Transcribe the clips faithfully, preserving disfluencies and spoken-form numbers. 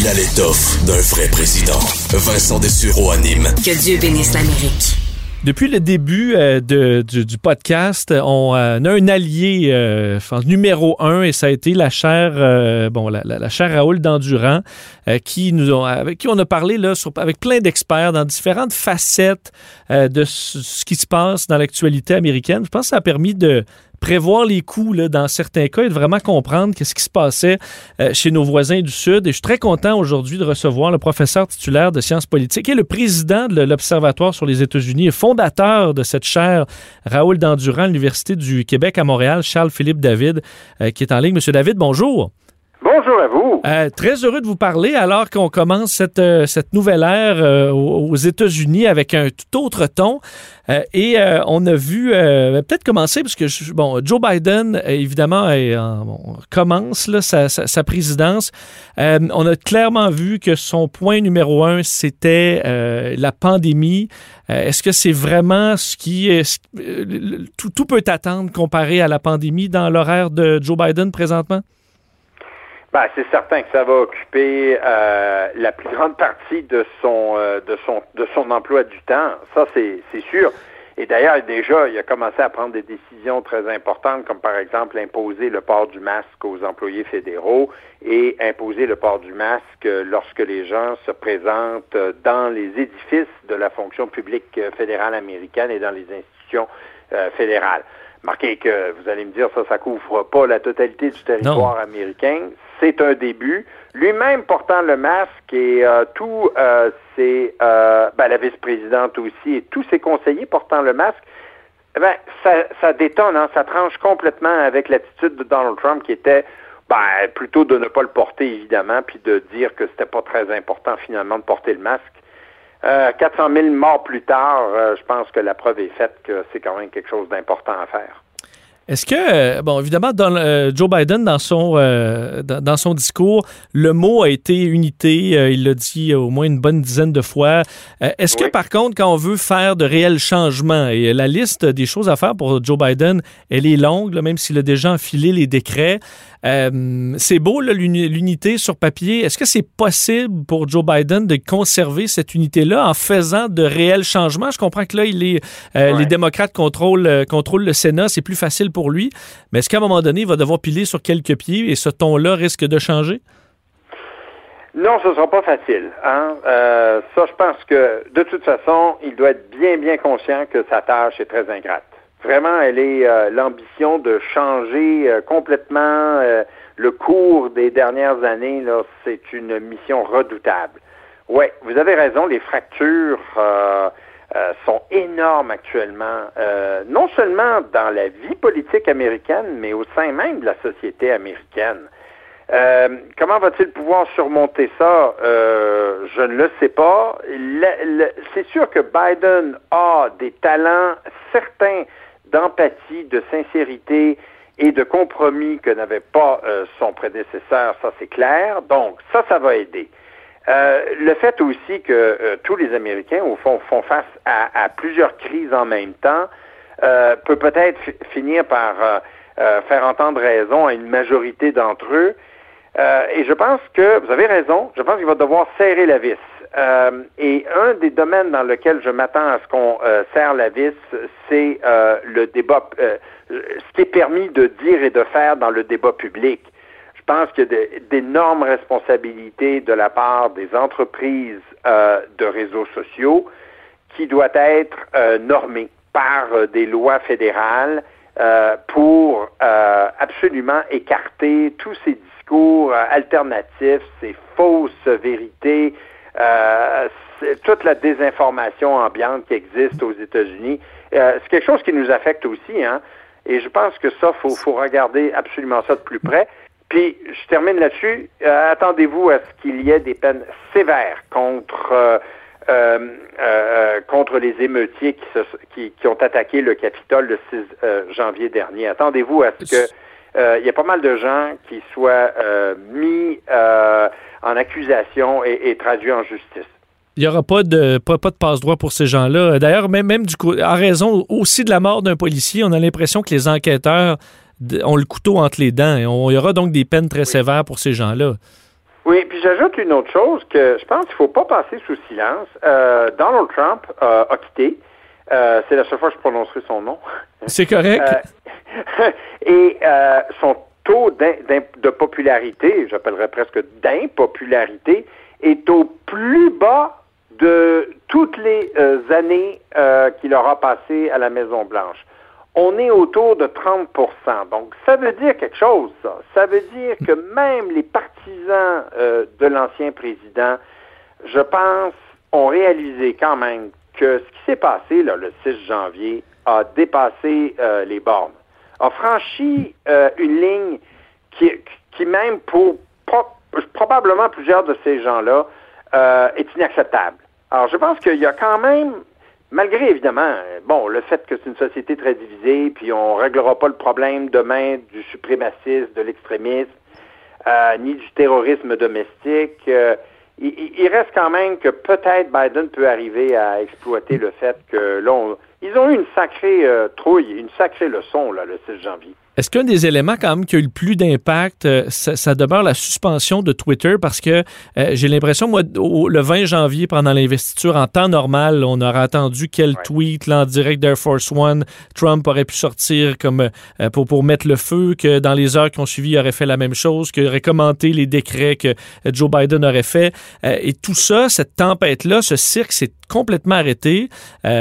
Il a l'étoffe d'un vrai président. Vincent Dessureau anime. Que Dieu bénisse l'Amérique. Depuis le début euh, de, du, du podcast, on, euh, on a un allié euh, numéro un et ça a été la chère, euh, bon, la, la, la chère Raoul Dandurand, euh, qui nous ont, avec qui on a parlé là, sur, avec plein d'experts dans différentes facettes euh, de ce, ce qui se passe dans l'actualité américaine. Je pense que ça a permis de prévoir les coups là, dans certains cas et de vraiment comprendre qu'est-ce qui se passait euh, chez nos voisins du Sud. Et je suis très content aujourd'hui de recevoir le professeur titulaire de sciences politiques et le président de l'Observatoire sur les États-Unis et fondateur de cette chaire Raoul Dandurand à l'Université du Québec à Montréal, Charles-Philippe David, euh, qui est en ligne. Monsieur David, bonjour. Bonjour à vous. Euh, très heureux de vous parler alors qu'on commence cette, euh, cette nouvelle ère euh, aux États-Unis avec un tout autre ton. Euh, et euh, on a vu, euh, peut-être commencer, parce que je, bon, Joe Biden, évidemment, est en, bon, commence là, sa, sa, sa présidence. Euh, on a clairement vu que son point numéro un, c'était euh, la pandémie. Euh, est-ce que c'est vraiment ce qui est... Euh, tout, tout peut attendre comparé à la pandémie dans l'horaire de Joe Biden présentement? Ben, c'est certain que ça va occuper euh, la plus grande partie de son euh, de son de son emploi du temps. Ça, c'est c'est sûr. Et d'ailleurs, déjà, il a commencé à prendre des décisions très importantes, comme par exemple imposer le port du masque aux employés fédéraux et imposer le port du masque lorsque les gens se présentent dans les édifices de la fonction publique fédérale américaine et dans les institutions euh, fédérales. Marquez que, vous allez me dire, ça, ça couvre pas la totalité du territoire non. américain. C'est un début. Lui-même portant le masque et euh, tous euh, ses, euh, ben, la vice-présidente aussi et tous ses conseillers portant le masque, ben, ça, ça détonne, hein, ça tranche complètement avec l'attitude de Donald Trump qui était ben, plutôt de ne pas le porter, évidemment, puis de dire que c'était pas très important, finalement, de porter le masque. Euh, quatre cent mille morts plus tard, euh, je pense que la preuve est faite que c'est quand même quelque chose d'important à faire. Est-ce que, bon, évidemment, dans, euh, Joe Biden, dans son, euh, dans, dans son discours, le mot a été unité. Euh, il l'a dit au moins une bonne dizaine de fois. Euh, est-ce oui. que, par contre, quand on veut faire de réels changements, et la liste des choses à faire pour Joe Biden, elle est longue, là, même s'il a déjà enfilé les décrets. Euh, c'est beau, là, l'unité sur papier. Est-ce que c'est possible pour Joe Biden de conserver cette unité-là en faisant de réels changements? Je comprends que là, il est, euh, ouais. les démocrates contrôlent, euh, contrôlent le Sénat. C'est plus facile pour lui. Mais est-ce qu'à un moment donné, il va devoir piler sur quelques pieds et ce ton-là risque de changer? Non, ce ne sera pas facile. Hein? Euh, ça, je pense que, de toute façon, il doit être bien, bien conscient que sa tâche est très ingrate. Vraiment, elle est euh, l'ambition de changer euh, complètement euh, le cours des dernières années. Là, c'est une mission redoutable. Oui, vous avez raison, les fractures euh, euh, sont énormes actuellement, euh, non seulement dans la vie politique américaine, mais au sein même de la société américaine. Euh, comment va-t-il pouvoir surmonter ça? Euh, je ne le sais pas. Le, le, c'est sûr que Biden a des talents certains d'empathie, de sincérité et de compromis que n'avait pas euh, son prédécesseur, ça c'est clair. Donc, ça, ça va aider. Euh, le fait aussi que euh, tous les Américains, au fond, font face à, à plusieurs crises en même temps, euh, peut peut-être f- finir par euh, euh, faire entendre raison à une majorité d'entre eux. Euh, et je pense que, vous avez raison, je pense qu'il va devoir serrer la vis. Euh, et un des domaines dans lequel je m'attends à ce qu'on euh, serre la vis, c'est euh, le débat, euh, ce qui est permis de dire et de faire dans le débat public. Je pense qu'il y a de, d'énormes responsabilités de la part des entreprises euh, de réseaux sociaux qui doivent être euh, normées par euh, des lois fédérales euh, pour euh, absolument écarter tous ces discours euh, alternatifs, ces fausses vérités, Euh, toute la désinformation ambiante qui existe aux États-Unis. Euh, c'est quelque chose qui nous affecte aussi, hein. Et je pense que ça, faut, faut regarder absolument ça de plus près. Puis, je termine là-dessus. Euh, attendez-vous à ce qu'il y ait des peines sévères contre euh, euh, euh, contre les émeutiers qui, se, qui, qui ont attaqué le Capitole le six janvier dernier. Attendez-vous à ce que euh, il y ait pas mal de gens qui soient euh, mis euh, en accusation et, et traduits en justice. Il n'y aura pas de, pas, pas de passe-droit pour ces gens-là. D'ailleurs, même, même du coup, en raison aussi de la mort d'un policier, on a l'impression que les enquêteurs ont le couteau entre les dents. Et on, il y aura donc des peines très oui. sévères pour ces gens-là. Oui, puis j'ajoute une autre chose que je pense qu'il ne faut pas passer sous silence. Euh, Donald Trump euh, a quitté. Euh, c'est la seule fois que je prononcerai son nom. C'est correct. Euh, et euh, son taux d'im, d'im, de popularité, j'appellerais presque d'impopularité, est au plus bas de toutes les euh, années euh, qu'il aura passées à la Maison-Blanche. On est autour de trente pour cent. Donc, ça veut dire quelque chose, ça. Ça veut dire que même les partisans euh, de l'ancien président, je pense, ont réalisé quand même que ce qui s'est passé là, le six janvier a dépassé euh, les bornes, a franchi euh, une ligne qui, qui même pour pro- probablement plusieurs de ces gens-là euh, est inacceptable. Alors, je pense qu'il y a quand même, malgré évidemment, bon, le fait que c'est une société très divisée, puis on ne réglera pas le problème demain du suprémacisme, de l'extrémisme, euh, ni du terrorisme domestique, euh, il, il reste quand même que peut-être Biden peut arriver à exploiter le fait que là, on, ils ont eu une sacrée euh, trouille, une sacrée leçon là, le six janvier. Est-ce qu'un des éléments quand même qui a eu le plus d'impact, euh, ça, ça demeure la suspension de Twitter parce que euh, j'ai l'impression, moi, au, le vingt janvier, pendant l'investiture, en temps normal, on aurait attendu quel ouais. tweet là, en direct d'Air Force One Trump aurait pu sortir comme euh, pour, pour mettre le feu, que dans les heures qui ont suivi, il aurait fait la même chose, qu'il aurait commenté les décrets que Joe Biden aurait fait. Euh, et tout ça, cette tempête-là, ce cirque, s'est complètement arrêté.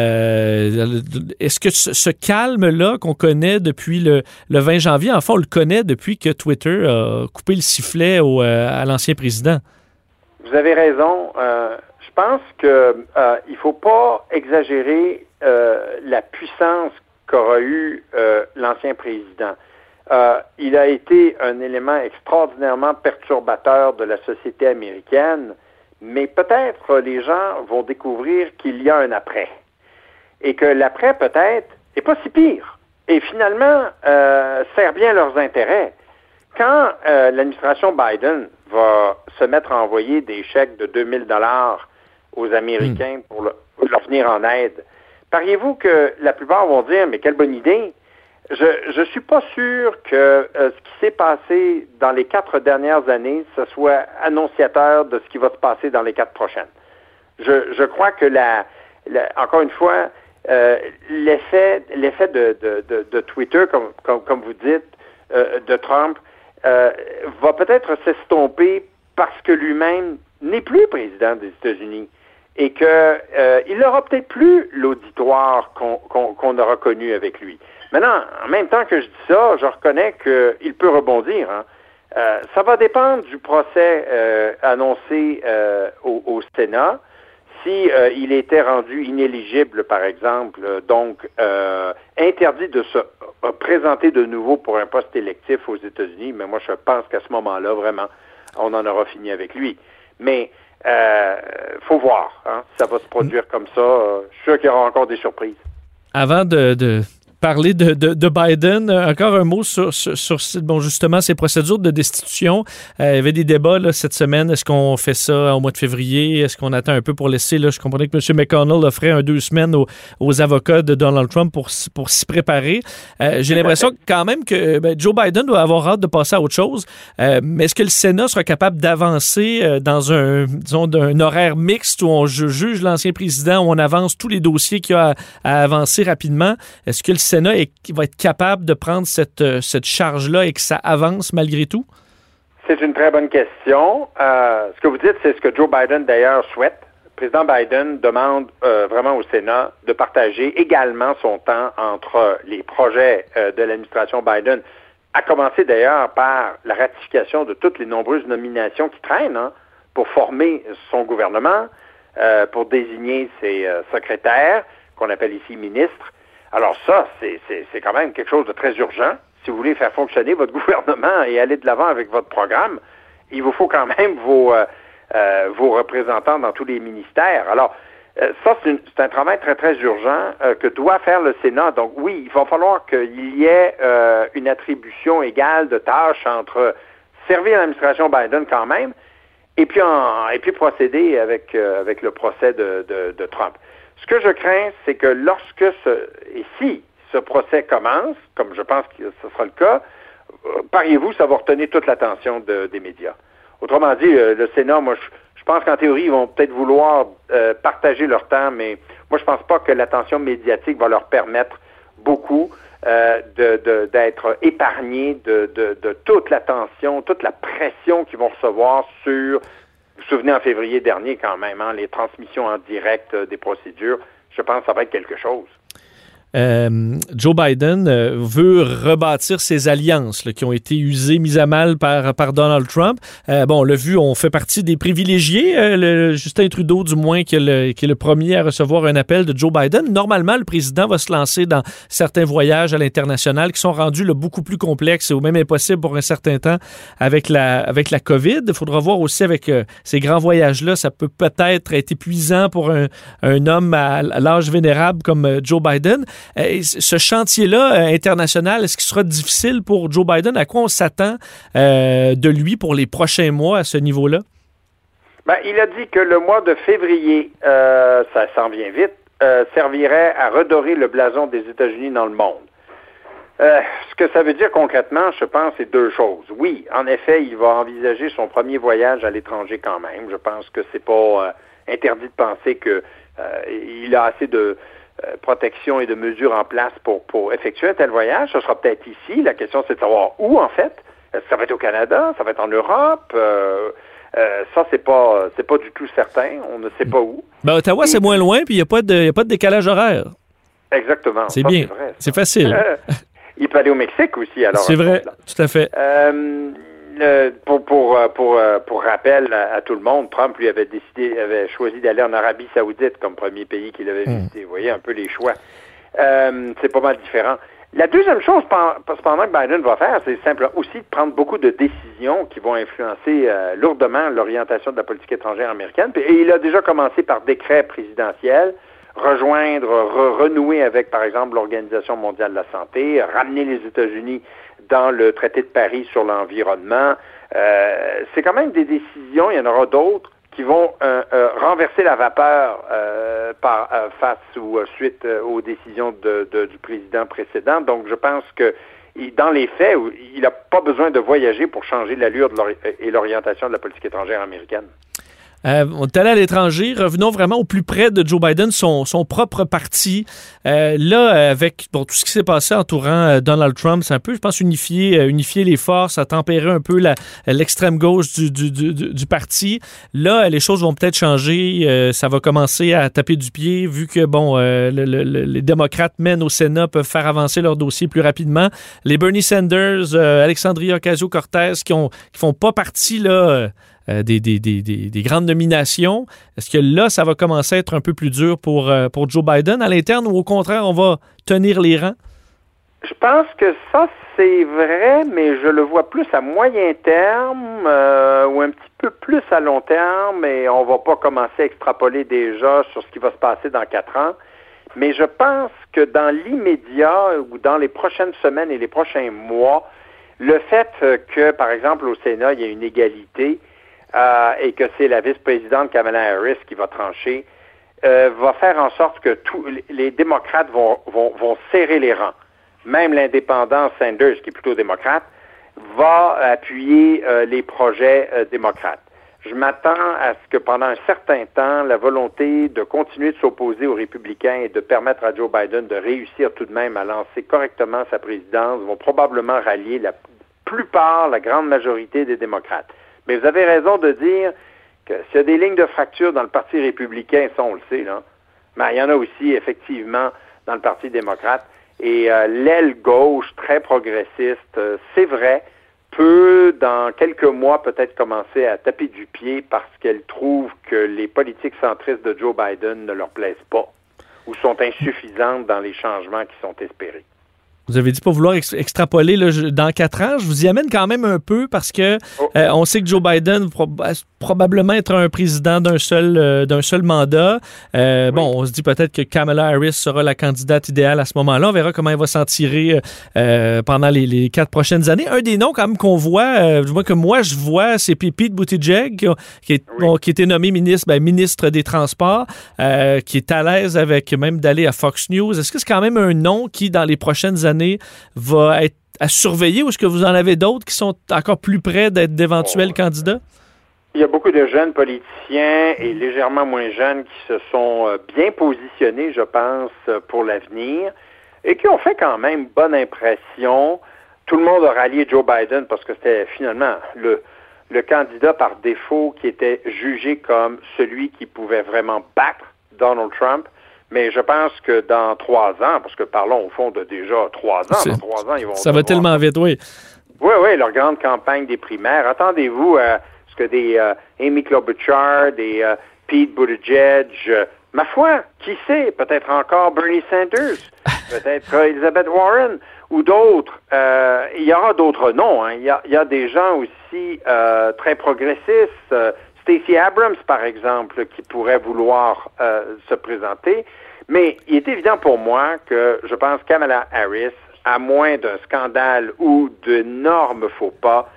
Euh, est-ce que ce, ce calme-là qu'on connaît depuis le, le vingt janvier, en fait, on le connaît depuis que Twitter a coupé le sifflet au, euh, à l'ancien président? Vous avez raison. Euh, je pense que euh, il faut pas exagérer euh, la puissance qu'aura eu euh, l'ancien président. Euh, il a été un élément extraordinairement perturbateur de la société américaine, mais peut-être les gens vont découvrir qu'il y a un après. Et que l'après, peut-être, n'est pas si pire. Et finalement, euh, sert bien leurs intérêts. Quand euh, l'administration Biden va se mettre à envoyer des chèques de deux mille dollars aux Américains pour, le, pour leur venir en aide, pariez-vous que la plupart vont dire, mais quelle bonne idée! Je ne suis pas sûr que euh, ce qui s'est passé dans les quatre dernières années, ce soit annonciateur de ce qui va se passer dans les quatre prochaines. Je, je crois que, la, la, encore une fois, euh, l'effet, l'effet de, de, de, de Twitter, comme, comme, comme vous dites, euh, de Trump, euh, va peut-être s'estomper parce que lui-même n'est plus président des États-Unis et qu'il euh, n'aura peut-être plus l'auditoire qu'on, qu'on, qu'on aura connu avec lui. Maintenant, en même temps que je dis ça, je reconnais qu'il peut rebondir. Hein. Euh, ça va dépendre du procès euh, annoncé euh, au, au Sénat. Si euh, il était rendu inéligible, par exemple, euh, donc euh, interdit de se euh, présenter de nouveau pour un poste électif aux États-Unis, mais moi je pense qu'à ce moment-là, vraiment, on en aura fini avec lui. Mais il euh, faut voir, hein, si ça va se produire comme ça. Euh, je suis sûr qu'il y aura encore des surprises. Avant de... de... Parler de, de, de Biden, euh, encore un mot sur, sur, sur bon, justement ces procédures de destitution. Euh, il y avait des débats là, cette semaine. Est-ce qu'on fait ça au mois de février? Est-ce qu'on attend un peu pour laisser? Là, je comprenais que M. McConnell offrait un deux semaines aux, aux avocats de Donald Trump pour, pour s'y préparer. Euh, j'ai l'impression quand même que ben, Joe Biden doit avoir hâte de passer à autre chose. Euh, mais est-ce que le Sénat sera capable d'avancer euh, dans un, disons, un horaire mixte où on juge l'ancien président, où on avance tous les dossiers qu'il y a à, à avancer rapidement? Est-ce que le Sénat est, va être capable de prendre cette, cette charge-là et que ça avance malgré tout? C'est une très bonne question. Euh, ce que vous dites, c'est ce que Joe Biden, d'ailleurs, souhaite. Le président Biden demande euh, vraiment au Sénat de partager également son temps entre les projets euh, de l'administration Biden, à commencer d'ailleurs par la ratification de toutes les nombreuses nominations qui traînent hein, pour former son gouvernement, euh, pour désigner ses euh, secrétaires, qu'on appelle ici ministres. Alors ça, c'est, c'est, c'est quand même quelque chose de très urgent. Si vous voulez faire fonctionner votre gouvernement et aller de l'avant avec votre programme, il vous faut quand même vos, euh, euh, vos représentants dans tous les ministères. Alors, euh, ça, c'est, une, c'est un travail très, très urgent euh, que doit faire le Sénat. Donc oui, il va falloir qu'il y ait euh, une attribution égale de tâches entre servir l'administration Biden quand même et puis, en, et puis procéder avec, euh, avec le procès de, de, de Trump. Ce que je crains, c'est que lorsque ce, et si ce procès commence, comme je pense que ce sera le cas, euh, pariez-vous, ça va retenir toute l'attention de, des médias. Autrement dit, le, le Sénat, moi, je, je pense qu'en théorie, ils vont peut-être vouloir euh, partager leur temps, mais moi, je pense pas que l'attention médiatique va leur permettre beaucoup euh, de, de, d'être épargnés de, de, de toute l'attention, toute la pression qu'ils vont recevoir sur, vous vous souvenez en février dernier quand même, hein, les transmissions en direct euh, des procédures. Je pense que ça va être quelque chose. Euh, Joe Biden euh, veut rebâtir ses alliances là, qui ont été usées, mises à mal par, par Donald Trump. Euh, bon, on l'a vu, on fait partie des privilégiés. Euh, le, Justin Trudeau, du moins, qui est, le, qui est le premier à recevoir un appel de Joe Biden. Normalement, le président va se lancer dans certains voyages à l'international qui sont rendus là, beaucoup plus complexes ou même impossibles pour un certain temps avec la, avec la COVID. Il faudra voir aussi avec euh, ces grands voyages-là, ça peut peut-être être épuisant pour un, un homme à, à l'âge vénérable comme euh, Joe Biden. Euh, ce chantier-là euh, international, est-ce qu'il sera difficile pour Joe Biden? À quoi on s'attend euh, de lui pour les prochains mois à ce niveau-là? Ben, il a dit que le mois de février, euh, ça s'en vient vite, euh, servirait à redorer le blason des États-Unis dans le monde. Euh, ce que ça veut dire concrètement, je pense, c'est deux choses. Oui, en effet, il va envisager son premier voyage à l'étranger quand même. Je pense que c'est pas euh, interdit de penser que euh, il a assez de Euh, protection et de mesures en place pour, pour effectuer un tel voyage. Ça sera peut-être ici. La question, c'est de savoir où, en fait. Est-ce que ça va être au Canada? Ça va être en Europe? Euh, euh, ça, c'est pas c'est pas du tout certain. On ne sait pas où. Ben, Ottawa, et c'est moins loin, puis il n'y a, pas de, y a pas de décalage horaire. Exactement. C'est ça, bien. C'est, vrai, c'est facile. Euh, il peut aller au Mexique aussi, alors. C'est vrai, tout à fait. Euh, le, pour, pour, pour, pour rappel à, à tout le monde, Trump, lui, avait décidé, avait choisi d'aller en Arabie Saoudite comme premier pays qu'il avait mmh. visité. Vous voyez un peu les choix. Euh, c'est pas mal différent. La deuxième chose, cependant, que Biden va faire, c'est simplement aussi de prendre beaucoup de décisions qui vont influencer euh, lourdement l'orientation de la politique étrangère américaine. Et il a déjà commencé par décret présidentiel, rejoindre, re- renouer avec, par exemple, l'Organisation mondiale de la santé, ramener les États-Unis dans le traité de Paris sur l'environnement. Euh, c'est quand même des décisions, il y en aura d'autres, qui vont euh, euh, renverser la vapeur euh, par, euh, face ou euh, suite euh, aux décisions de, de, du président précédent. Donc, je pense que il, dans les faits, il n'a pas besoin de voyager pour changer l'allure de l'ori- et l'orientation de la politique étrangère américaine. Euh, on est allé à l'étranger. Revenons vraiment au plus près de Joe Biden, son, son propre parti. Euh, là, avec bon, tout ce qui s'est passé entourant euh, Donald Trump, c'est un peu, je pense, unifier, euh, unifier les forces, à tempérer un peu la, l'extrême gauche du, du, du, du parti. Là, les choses vont peut-être changer. Euh, ça va commencer à taper du pied, vu que bon, euh, le, le, les démocrates mènent au Sénat, peuvent faire avancer leur dossier plus rapidement. Les Bernie Sanders, euh, Alexandria Ocasio-Cortez, qui ont qui font pas partie là. Euh, Euh, des, des, des, des, des grandes nominations. Est-ce que là, ça va commencer à être un peu plus dur pour, euh, pour Joe Biden à l'interne ou au contraire, on va tenir les rangs? Je pense que ça, c'est vrai, mais je le vois plus à moyen terme euh, ou un petit peu plus à long terme, et on va pas commencer à extrapoler déjà sur ce qui va se passer dans quatre ans. Mais je pense que dans l'immédiat ou dans les prochaines semaines et les prochains mois, le fait que, par exemple, au Sénat, il y a une égalité, Euh, et que c'est la vice-présidente Kamala Harris qui va trancher, euh, va faire en sorte que tous les démocrates vont, vont, vont serrer les rangs. Même l'indépendant Sanders, qui est plutôt démocrate, va appuyer euh, les projets euh, démocrates. Je m'attends à ce que pendant un certain temps, la volonté de continuer de s'opposer aux républicains et de permettre à Joe Biden de réussir tout de même à lancer correctement sa présidence vont probablement rallier la plupart, la grande majorité des démocrates. Mais vous avez raison de dire que s'il y a des lignes de fracture dans le Parti républicain, ça on le sait, là, mais il y en a aussi effectivement dans le Parti démocrate. Et euh, l'aile gauche, très progressiste, euh, c'est vrai, peut dans quelques mois peut-être commencer à taper du pied parce qu'elle trouve que les politiques centristes de Joe Biden ne leur plaisent pas ou sont insuffisantes dans les changements qui sont espérés. Vous avez dit pas vouloir ex- extrapoler là, je, dans quatre ans. Je vous y amène quand même un peu parce que oh. euh, on sait que Joe Biden va pro- probablement être un président d'un seul, euh, d'un seul mandat. Euh, oui. Bon, on se dit peut-être que Kamala Harris sera la candidate idéale à ce moment-là. On verra comment elle va s'en tirer euh, pendant les, les quatre prochaines années. Un des noms quand même qu'on voit, euh, du moins que moi je vois, c'est Pete Buttigieg, qui, qui, est, oui. bon, qui a été nommé ministre, ben, ministre des Transports, euh, qui est à l'aise avec même d'aller à Fox News. Est-ce que c'est quand même un nom qui, dans les prochaines années, va être à surveiller ou est-ce que vous en avez d'autres qui sont encore plus près d'être d'éventuels oh. candidats? Il y a beaucoup de jeunes politiciens et légèrement moins jeunes qui se sont bien positionnés, je pense, pour l'avenir et qui ont fait quand même bonne impression. Tout le monde a rallié Joe Biden parce que c'était finalement le, le candidat par défaut qui était jugé comme celui qui pouvait vraiment battre Donald Trump. Mais je pense que dans trois ans, parce que parlons au fond de déjà trois ans, C'est, dans trois ans, ils vont... Ça va tellement vite, oui. Oui, oui, leur grande campagne des primaires. Attendez-vous à ce que des euh, Amy Klobuchar, des euh, Pete Buttigieg, euh, ma foi, qui sait, peut-être encore Bernie Sanders, peut-être euh, Elizabeth Warren ou d'autres. Euh, il y aura d'autres noms. Hein. Il, y a, il y a des gens aussi euh, très progressistes. Euh, Stacey Abrams, par exemple, qui pourrait vouloir euh, se présenter. Mais il est évident pour moi que je pense Kamala Harris, à moins d'un scandale ou d'énormes faux pas,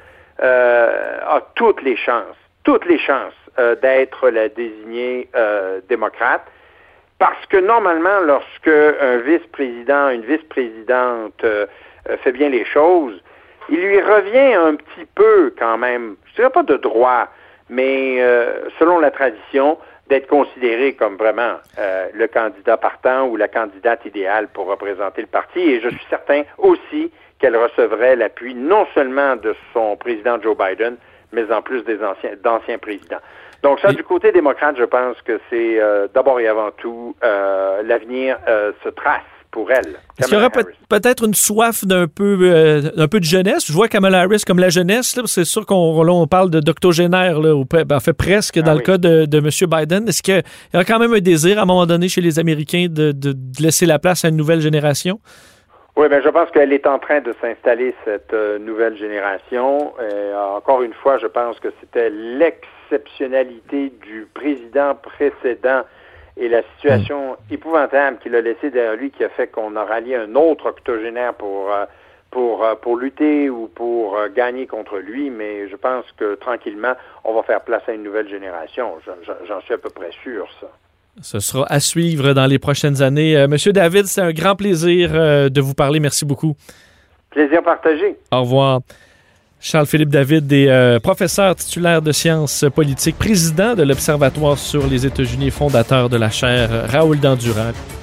euh, a toutes les chances, toutes les chances euh, d'être la désignée euh, démocrate. Parce que normalement, lorsque un vice-président, une vice-présidente euh, fait bien les choses, il lui revient un petit peu quand même, je dirais pas de droit, mais euh, selon la tradition, d'être considéré comme vraiment euh, le candidat partant ou la candidate idéale pour représenter le parti. Et je suis certain aussi qu'elle recevrait l'appui non seulement de son président Joe Biden, mais en plus des anciens, d'anciens présidents. Donc ça, et... du côté démocrate, je pense que c'est euh, d'abord et avant tout, euh, l'avenir euh, se trace pour elle. Est-ce qu'il y aurait peut- peut-être une soif d'un peu, euh, d'un peu de jeunesse? Je vois Kamala Harris comme la jeunesse. Là, c'est sûr qu'on là, on parle de d'octogénaire, là, ou ben, en fait presque ah, dans oui. le cas de, de M. Biden. Est-ce qu'il y a quand même un désir à un moment donné chez les Américains de, de, de laisser la place à une nouvelle génération? Oui, bien, je pense qu'elle est en train de s'installer, cette euh, nouvelle génération. Et, euh, encore une fois, je pense que c'était l'exceptionnalité du président précédent et la situation mmh. épouvantable qu'il a laissée derrière lui qui a fait qu'on a rallié un autre octogénaire pour, euh, pour, euh, pour lutter ou pour euh, gagner contre lui. Mais je pense que tranquillement, on va faire place à une nouvelle génération. J'en, j'en suis à peu près sûr, ça. Ce sera à suivre dans les prochaines années. Euh, Monsieur David, c'est un grand plaisir euh, de vous parler. Merci beaucoup. Plaisir partagé. Au revoir. Charles-Philippe David est euh, professeur titulaire de sciences politiques, président de l'Observatoire sur les États-Unis et fondateur de la chaire Raoul Dandurand.